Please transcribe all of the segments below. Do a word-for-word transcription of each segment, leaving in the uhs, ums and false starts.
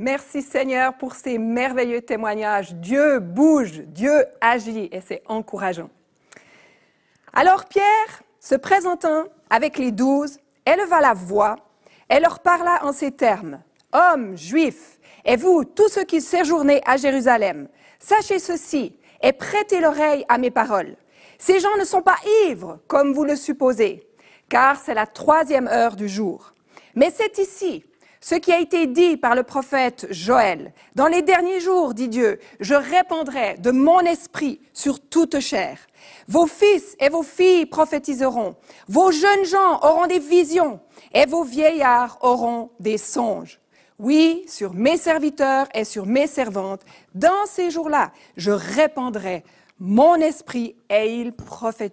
Merci Seigneur pour ces merveilleux témoignages. Dieu bouge, Dieu agit et c'est encourageant. Alors Pierre, se présentant avec les douze, éleva la voix et leur parla en ces termes. « Hommes juifs, et vous, tous ceux qui séjournez à Jérusalem, sachez ceci et prêtez l'oreille à mes paroles. Ces gens ne sont pas ivres, comme vous le supposez, car c'est la troisième heure du jour. Mais c'est ici ce qui a été dit par le prophète Joël. Dans les derniers jours, dit Dieu, je répandrai de mon esprit sur toute chair. Vos fils et vos filles prophétiseront. Vos jeunes gens auront des visions et vos vieillards auront des songes. Oui, sur mes serviteurs et sur mes servantes, dans ces jours-là, je répandrai mon esprit et ils prophétiseront. »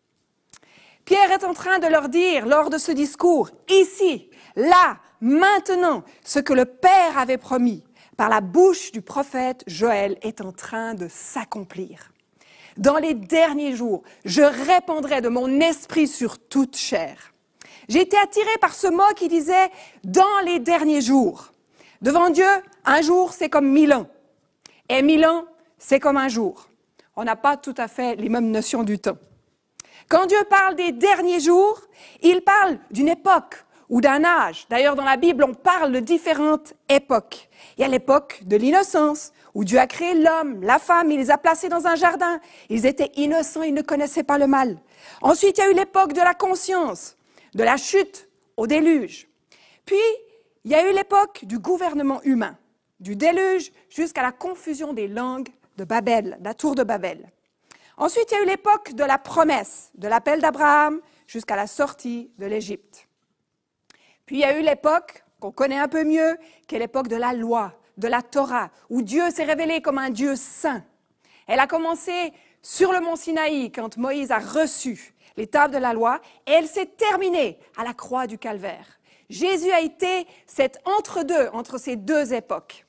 Pierre est en train de leur dire lors de ce discours, ici, là, maintenant, ce que le Père avait promis par la bouche du prophète Joël est en train de s'accomplir. Dans les derniers jours, je répandrai de mon esprit sur toute chair. J'ai été attirée par ce mot qui disait « dans les derniers jours ». Devant Dieu, un jour, c'est comme mille ans. Et mille ans, c'est comme un jour. On n'a pas tout à fait les mêmes notions du temps. Quand Dieu parle des derniers jours, il parle d'une époque ou d'un âge. D'ailleurs, dans la Bible, on parle de différentes époques. Il y a l'époque de l'innocence, où Dieu a créé l'homme, la femme, il les a placés dans un jardin. Ils étaient innocents, ils ne connaissaient pas le mal. Ensuite, il y a eu l'époque de la conscience, de la chute au déluge. Puis, il y a eu l'époque du gouvernement humain, du déluge jusqu'à la confusion des langues de Babel, la tour de Babel. Ensuite, il y a eu l'époque de la promesse, de l'appel d'Abraham jusqu'à la sortie de l'Égypte. Puis, il y a eu l'époque qu'on connaît un peu mieux, qui est l'époque de la loi, de la Torah, où Dieu s'est révélé comme un Dieu saint. Elle a commencé sur le mont Sinaï, quand Moïse a reçu les tables de la loi, et elle s'est terminée à la croix du Calvaire. Jésus a été cet entre-deux, entre ces deux époques.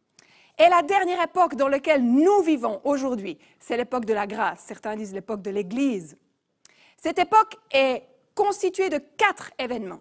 Et la dernière époque dans laquelle nous vivons aujourd'hui, c'est l'époque de la grâce. Certains disent l'époque de l'Église. Cette époque est constituée de quatre événements.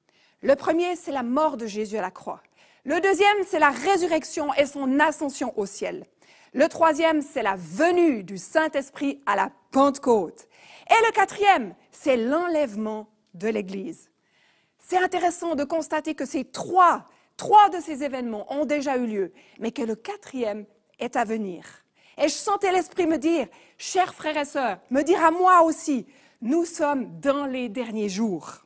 Le premier, c'est la mort de Jésus à la croix. Le deuxième, c'est la résurrection et son ascension au ciel. Le troisième, c'est la venue du Saint-Esprit à la Pentecôte. Et le quatrième, c'est l'enlèvement de l'Église. C'est intéressant de constater que ces trois, trois de ces événements ont déjà eu lieu, mais que le quatrième est à venir. Et je sentais l'Esprit me dire, chers frères et sœurs, me dire à moi aussi, nous sommes dans les derniers jours.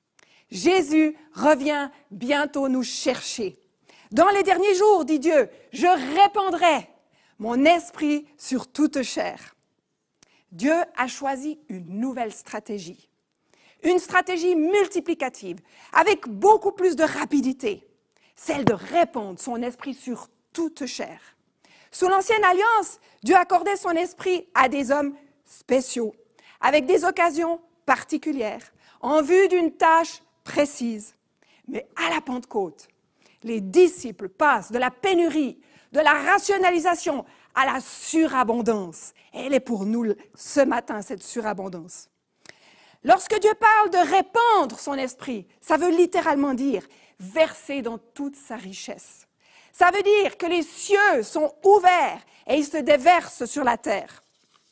Jésus revient bientôt nous chercher. Dans les derniers jours, dit Dieu, je répandrai mon esprit sur toute chair. Dieu a choisi une nouvelle stratégie. Une stratégie multiplicative, avec beaucoup plus de rapidité. Celle de répandre son esprit sur toute chair. Sous l'Ancienne Alliance, Dieu accordait son esprit à des hommes spéciaux, avec des occasions particulières, en vue d'une tâche précise. Mais à la Pentecôte, les disciples passent de la pénurie, de la rationalisation à la surabondance. Et elle est pour nous ce matin, cette surabondance. Lorsque Dieu parle de répandre son esprit, ça veut littéralement dire verser dans toute sa richesse. Ça veut dire que les cieux sont ouverts et ils se déversent sur la terre.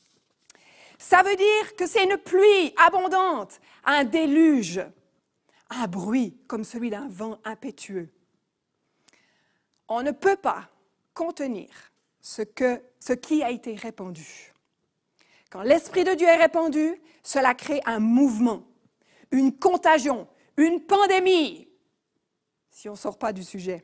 Ça veut dire que c'est une pluie abondante, un déluge, un bruit comme celui d'un vent impétueux. On ne peut pas contenir ce, que, ce qui a été répandu. Quand l'Esprit de Dieu est répandu, cela crée un mouvement, une contagion, une pandémie, si on ne sort pas du sujet.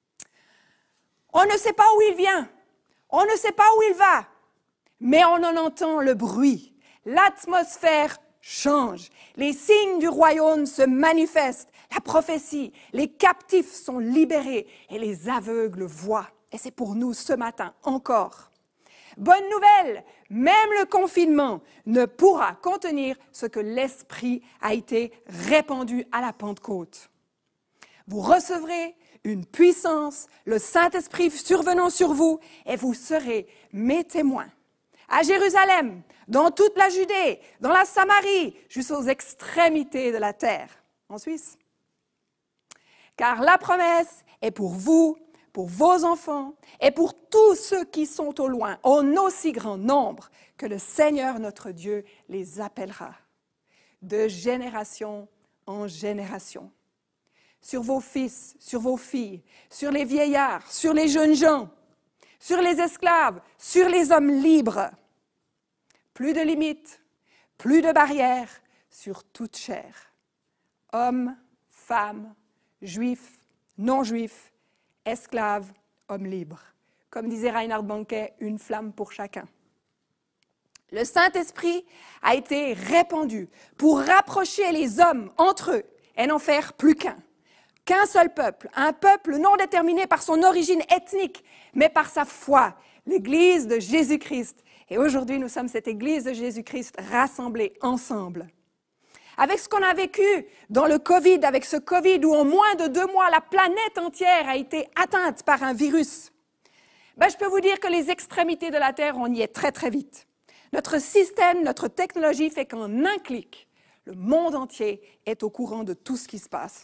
On ne sait pas où il vient, on ne sait pas où il va, mais on en entend le bruit. L'atmosphère change, les signes du royaume se manifestent, la prophétie, les captifs sont libérés et les aveugles voient. Et c'est pour nous ce matin encore. Bonne nouvelle, même le confinement ne pourra contenir ce que l'Esprit a été répandu à la Pentecôte. Vous recevrez une puissance, le Saint-Esprit survenant sur vous, et vous serez mes témoins. À Jérusalem, dans toute la Judée, dans la Samarie, jusqu'aux extrémités de la terre, en Suisse. Car la promesse est pour vous, pour vos enfants et pour tous ceux qui sont au loin, en aussi grand nombre que le Seigneur notre Dieu les appellera, de génération en génération. Sur vos fils, sur vos filles, sur les vieillards, sur les jeunes gens, sur les esclaves, sur les hommes libres. Plus de limites, plus de barrières sur toute chair. Hommes, femmes, juifs, non-juifs, esclaves, hommes libres. Comme disait Reinhard Bonnke, une flamme pour chacun. Le Saint-Esprit a été répandu pour rapprocher les hommes entre eux et n'en faire plus qu'un. Qu'un seul peuple, un peuple non déterminé par son origine ethnique, mais par sa foi, l'Église de Jésus-Christ. Et aujourd'hui, nous sommes cette Église de Jésus-Christ rassemblée ensemble. Avec ce qu'on a vécu dans le Covid, avec ce Covid où en moins de deux mois, la planète entière a été atteinte par un virus, ben, je peux vous dire que les extrémités de la Terre, on y est très très vite. Notre système, notre technologie fait qu'en un clic, le monde entier est au courant de tout ce qui se passe.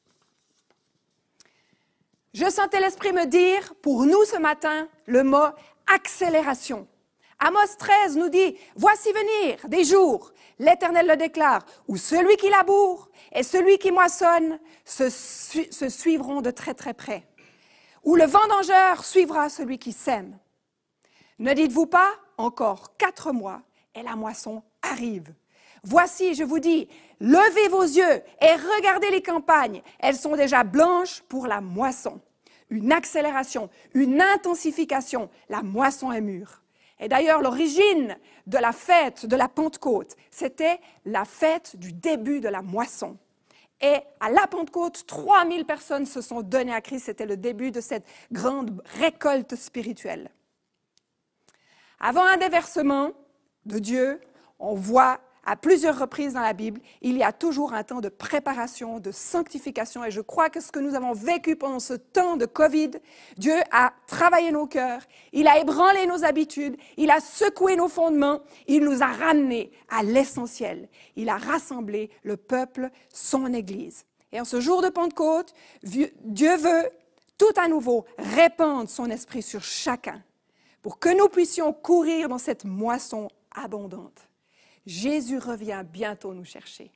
Je sentais l'Esprit me dire, pour nous ce matin, le mot accélération. Amos treize nous dit, voici venir des jours, l'Éternel le déclare, où celui qui laboure et celui qui moissonne se, su- se suivront de très très près, où le vendangeur suivra celui qui sème. Ne dites-vous pas, encore quatre mois et la moisson arrive. Voici, je vous dis, levez vos yeux et regardez les campagnes, elles sont déjà blanches pour la moisson. Une accélération, une intensification, la moisson est mûre. Et d'ailleurs, l'origine de la fête de la Pentecôte, c'était la fête du début de la moisson. Et à la Pentecôte, trois mille personnes se sont données à Christ. C'était le début de cette grande récolte spirituelle. Avant un déversement de Dieu, on voit à plusieurs reprises dans la Bible, il y a toujours un temps de préparation, de sanctification. Et je crois que ce que nous avons vécu pendant ce temps de Covid, Dieu a travaillé nos cœurs, il a ébranlé nos habitudes, il a secoué nos fondements, il nous a ramenés à l'essentiel. Il a rassemblé le peuple, son Église. Et en ce jour de Pentecôte, Dieu veut tout à nouveau répandre son esprit sur chacun pour que nous puissions courir dans cette moisson abondante. Jésus revient bientôt nous chercher.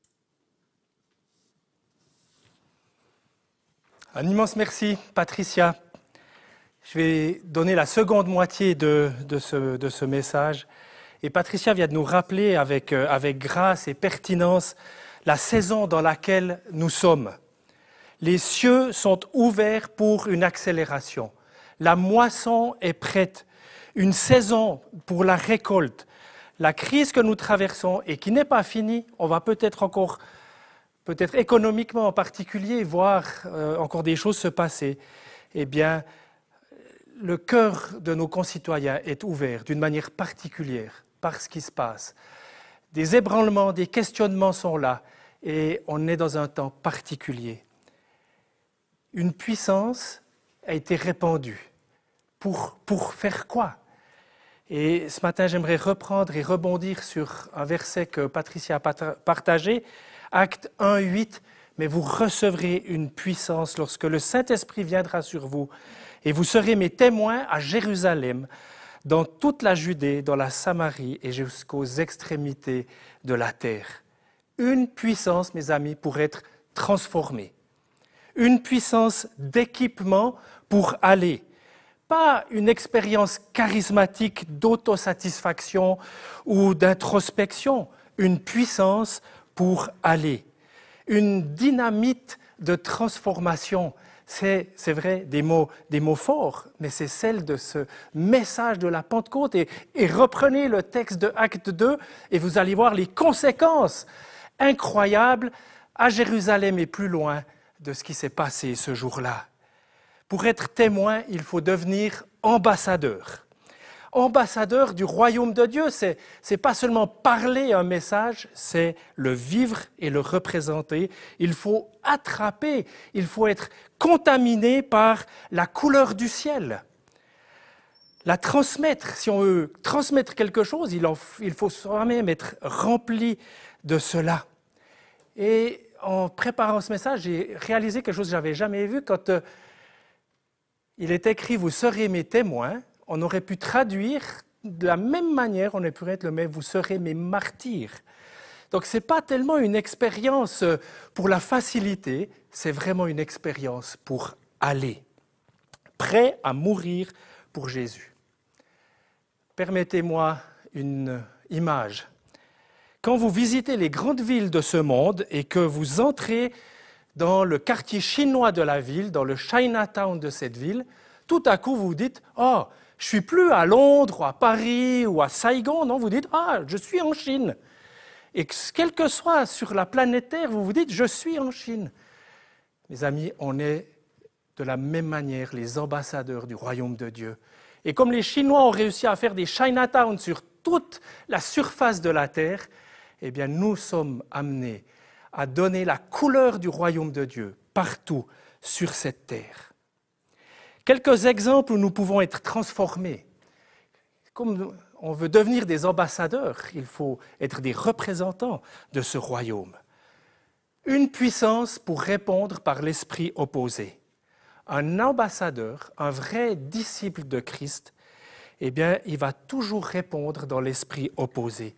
Un immense merci, Patricia. Je vais donner la seconde moitié de, de, ce, de ce message. Et Patricia vient de nous rappeler avec, avec grâce et pertinence la saison dans laquelle nous sommes. Les cieux sont ouverts pour une accélération. La moisson est prête. Une saison pour la récolte. La crise que nous traversons et qui n'est pas finie, on va peut-être encore, peut-être économiquement en particulier, voir euh, encore des choses se passer. Eh bien, le cœur de nos concitoyens est ouvert d'une manière particulière par ce qui se passe. Des ébranlements, des questionnements sont là et on est dans un temps particulier. Une puissance a été répandue. Pour, pour faire quoi ? Et ce matin, j'aimerais reprendre et rebondir sur un verset que Patricia a partagé, Actes un, huit. « Mais vous recevrez une puissance lorsque le Saint-Esprit viendra sur vous, et vous serez mes témoins à Jérusalem, dans toute la Judée, dans la Samarie et jusqu'aux extrémités de la terre. » Une puissance, mes amis, pour être transformée. Une puissance d'équipement pour aller. Pas une expérience charismatique d'autosatisfaction ou d'introspection, une puissance pour aller. Une dynamite de transformation, c'est, c'est vrai, des mots, des mots forts, mais c'est celle de ce message de la Pentecôte. Et, et reprenez le texte de Acte deux et vous allez voir les conséquences incroyables à Jérusalem et plus loin de ce qui s'est passé ce jour-là. Pour être témoin, il faut devenir ambassadeur. Ambassadeur du royaume de Dieu, c'est, c'est pas seulement parler un message, c'est le vivre et le représenter. Il faut attraper, il faut être contaminé par la couleur du ciel. La transmettre, si on veut transmettre quelque chose, il, en, il faut soi-même être rempli de cela. Et en préparant ce message, j'ai réalisé quelque chose que je n'avais jamais vu quand... Euh, Il est écrit « Vous serez mes témoins ». On aurait pu traduire de la même manière, on aurait pu être le même « Vous serez mes martyrs ». Donc ce n'est pas tellement une expérience pour la facilité, c'est vraiment une expérience pour aller, prêt à mourir pour Jésus. Permettez-moi une image. Quand vous visitez les grandes villes de ce monde et que vous entrez dans le quartier chinois de la ville, dans le Chinatown de cette ville, tout à coup vous vous dites « Oh, je ne suis plus à Londres, ou à Paris, ou à Saigon. » Non, vous dites « Ah, je suis en Chine. » Et quel que soit sur la planète Terre, vous vous dites « Je suis en Chine. » Mes amis, on est de la même manière les ambassadeurs du royaume de Dieu. Et comme les Chinois ont réussi à faire des Chinatown sur toute la surface de la Terre, eh bien nous sommes amenés à donner la couleur du royaume de Dieu partout sur cette terre. Quelques exemples où nous pouvons être transformés. Comme on veut devenir des ambassadeurs, il faut être des représentants de ce royaume. Une puissance pour répondre par l'esprit opposé. Un ambassadeur, un vrai disciple de Christ, eh bien, il va toujours répondre dans l'esprit opposé.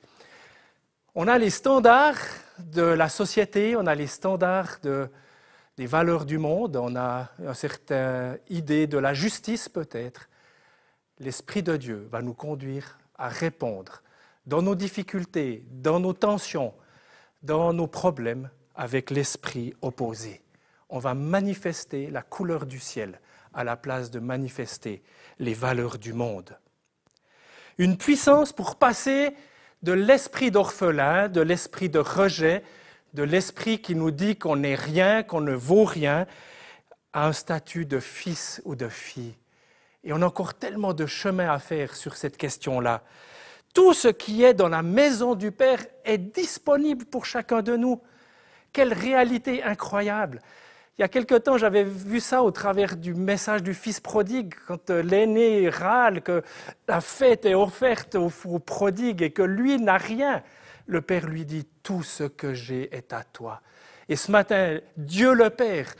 On a les standards de la société, on a les standards de, des valeurs du monde, on a une certaine idée de la justice peut-être. L'Esprit de Dieu va nous conduire à répondre dans nos difficultés, dans nos tensions, dans nos problèmes avec l'esprit opposé. On va manifester la couleur du ciel à la place de manifester les valeurs du monde. Une puissance pour passer de l'esprit d'orphelin, de l'esprit de rejet, de l'esprit qui nous dit qu'on n'est rien, qu'on ne vaut rien, à un statut de fils ou de fille. Et on a encore tellement de chemin à faire sur cette question-là. Tout ce qui est dans la maison du Père est disponible pour chacun de nous. Quelle réalité incroyable! Il y a quelque temps, j'avais vu ça au travers du message du fils prodigue, quand l'aîné râle que la fête est offerte au, au prodigue et que lui n'a rien. Le Père lui dit « Tout ce que j'ai est à toi ». Et ce matin, Dieu le Père,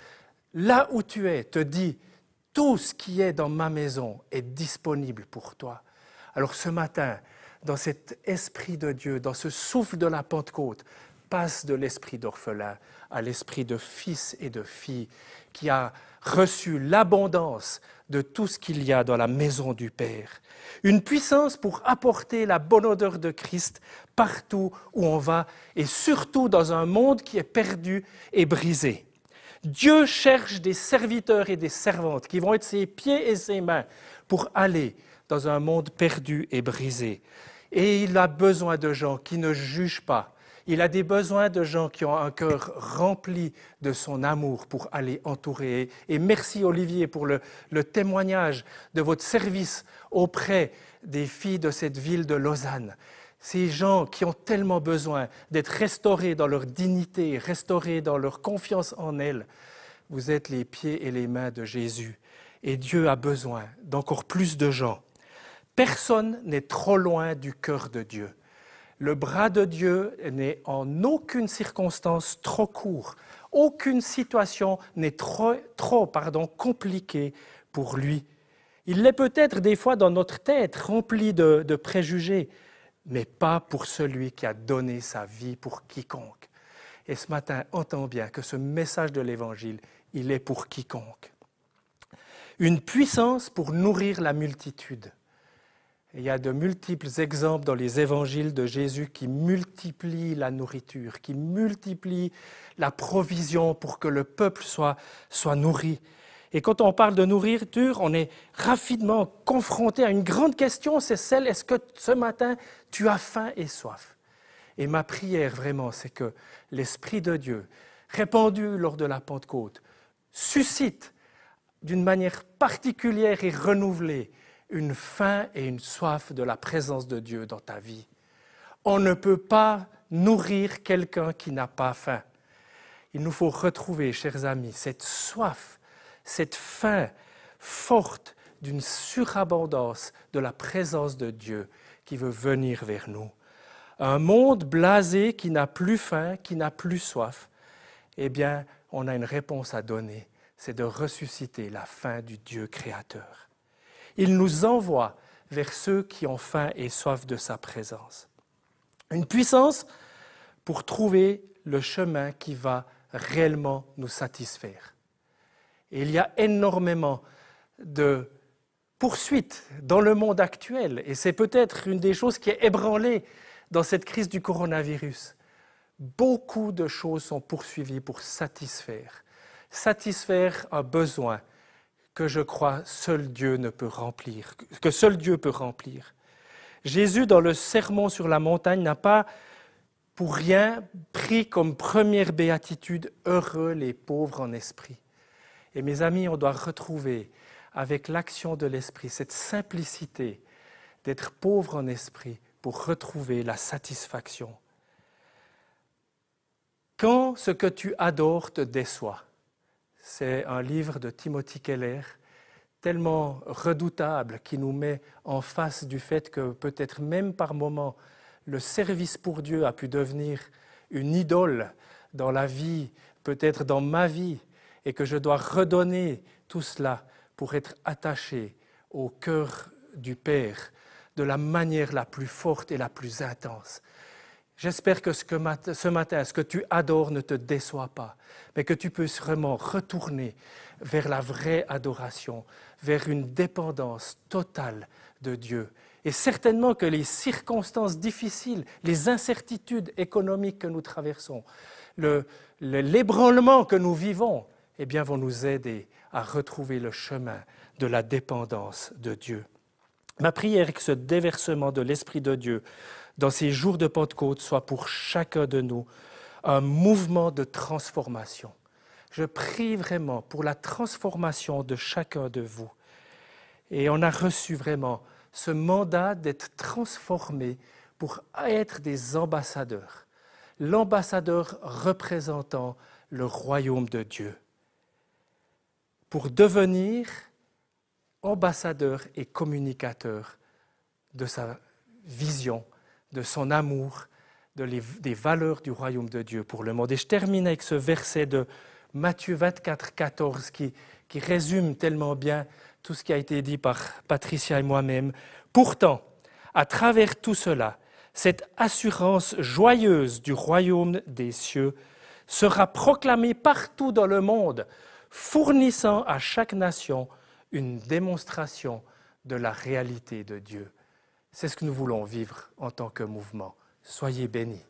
là où tu es, te dit « Tout ce qui est dans ma maison est disponible pour toi ». Alors ce matin, dans cet esprit de Dieu, dans ce souffle de la Pentecôte, passe de l'esprit d'orphelin à l'esprit de fils et de filles qui a reçu l'abondance de tout ce qu'il y a dans la maison du Père. Une puissance pour apporter la bonne odeur de Christ partout où on va et surtout dans un monde qui est perdu et brisé. Dieu cherche des serviteurs et des servantes qui vont être ses pieds et ses mains pour aller dans un monde perdu et brisé. Et il a besoin de gens qui ne jugent pas. Il a des besoins de gens qui ont un cœur rempli de son amour pour aller entourer. Et merci Olivier pour le, le témoignage de votre service auprès des filles de cette ville de Lausanne. Ces gens qui ont tellement besoin d'être restaurés dans leur dignité, restaurés dans leur confiance en elles. Vous êtes les pieds et les mains de Jésus. Et Dieu a besoin d'encore plus de gens. Personne n'est trop loin du cœur de Dieu. Le bras de Dieu n'est en aucune circonstance trop court. Aucune situation n'est trop, trop pardon, compliquée pour lui. Il l'est peut-être des fois dans notre tête, rempli de, de préjugés, mais pas pour celui qui a donné sa vie pour quiconque. Et ce matin, entends bien que ce message de l'Évangile, il est pour quiconque. Une puissance pour nourrir la multitude. Il y a de multiples exemples dans les évangiles de Jésus qui multiplient la nourriture, qui multiplient la provision pour que le peuple soit, soit nourri. Et quand on parle de nourriture, on est rapidement confronté à une grande question, c'est celle, est-ce que ce matin, tu as faim et soif? Et ma prière vraiment, c'est que l'Esprit de Dieu, répandu lors de la Pentecôte, suscite d'une manière particulière et renouvelée une faim et une soif de la présence de Dieu dans ta vie. On ne peut pas nourrir quelqu'un qui n'a pas faim. Il nous faut retrouver, chers amis, cette soif, cette faim forte d'une surabondance de la présence de Dieu qui veut venir vers nous. Un monde blasé qui n'a plus faim, qui n'a plus soif, eh bien, on a une réponse à donner. c'est de ressusciter la faim du Dieu créateur. Il nous envoie vers ceux qui ont faim et soif de sa présence. Une puissance pour trouver le chemin qui va réellement nous satisfaire. Et il y a énormément de poursuites dans le monde actuel, et c'est peut-être une des choses qui est ébranlée dans cette crise du coronavirus. Beaucoup de choses sont poursuivies pour satisfaire, satisfaire un besoin que je crois seul Dieu ne peut remplir, que seul Dieu peut remplir. Jésus, dans le Sermon sur la montagne, n'a pas pour rien pris comme première béatitude « Heureux les pauvres en esprit ». Et mes amis, on doit retrouver avec l'action de l'esprit cette simplicité d'être pauvre en esprit pour retrouver la satisfaction. Quand ce que tu adores te déçoit, c'est un livre de Timothy Keller, tellement redoutable, qui nous met en face du fait que peut-être même par moments, le service pour Dieu a pu devenir une idole dans la vie, peut-être dans ma vie, et que je dois redonner tout cela pour être attaché au cœur du Père de la manière la plus forte et la plus intense. J'espère que ce, que mat- ce matin, ce que tu adores ne te déçoit pas, mais que tu puisses vraiment retourner vers la vraie adoration, vers une dépendance totale de Dieu. Et certainement que les circonstances difficiles, les incertitudes économiques que nous traversons, le, le, l'ébranlement que nous vivons, eh bien, vont nous aider à retrouver le chemin de la dépendance de Dieu. Ma prière est que ce déversement de l'Esprit de Dieu dans ces jours de Pentecôte soit pour chacun de nous un mouvement de transformation. Je prie vraiment pour la transformation de chacun de vous. Et on a reçu vraiment ce mandat d'être transformé pour être des ambassadeurs. L'ambassadeur représentant le royaume de Dieu. Pour devenir ambassadeur et communicateur de sa vision, de son amour, de les, des valeurs du royaume de Dieu pour le monde. Et je termine avec ce verset de Matthieu vingt-quatre, quatorze qui, qui résume tellement bien tout ce qui a été dit par Patricia et moi-même. Pourtant, à travers tout cela, cette assurance joyeuse du royaume des cieux sera proclamée partout dans le monde, fournissant à chaque nation une démonstration de la réalité de Dieu. C'est ce que nous voulons vivre en tant que mouvement. Soyez bénis.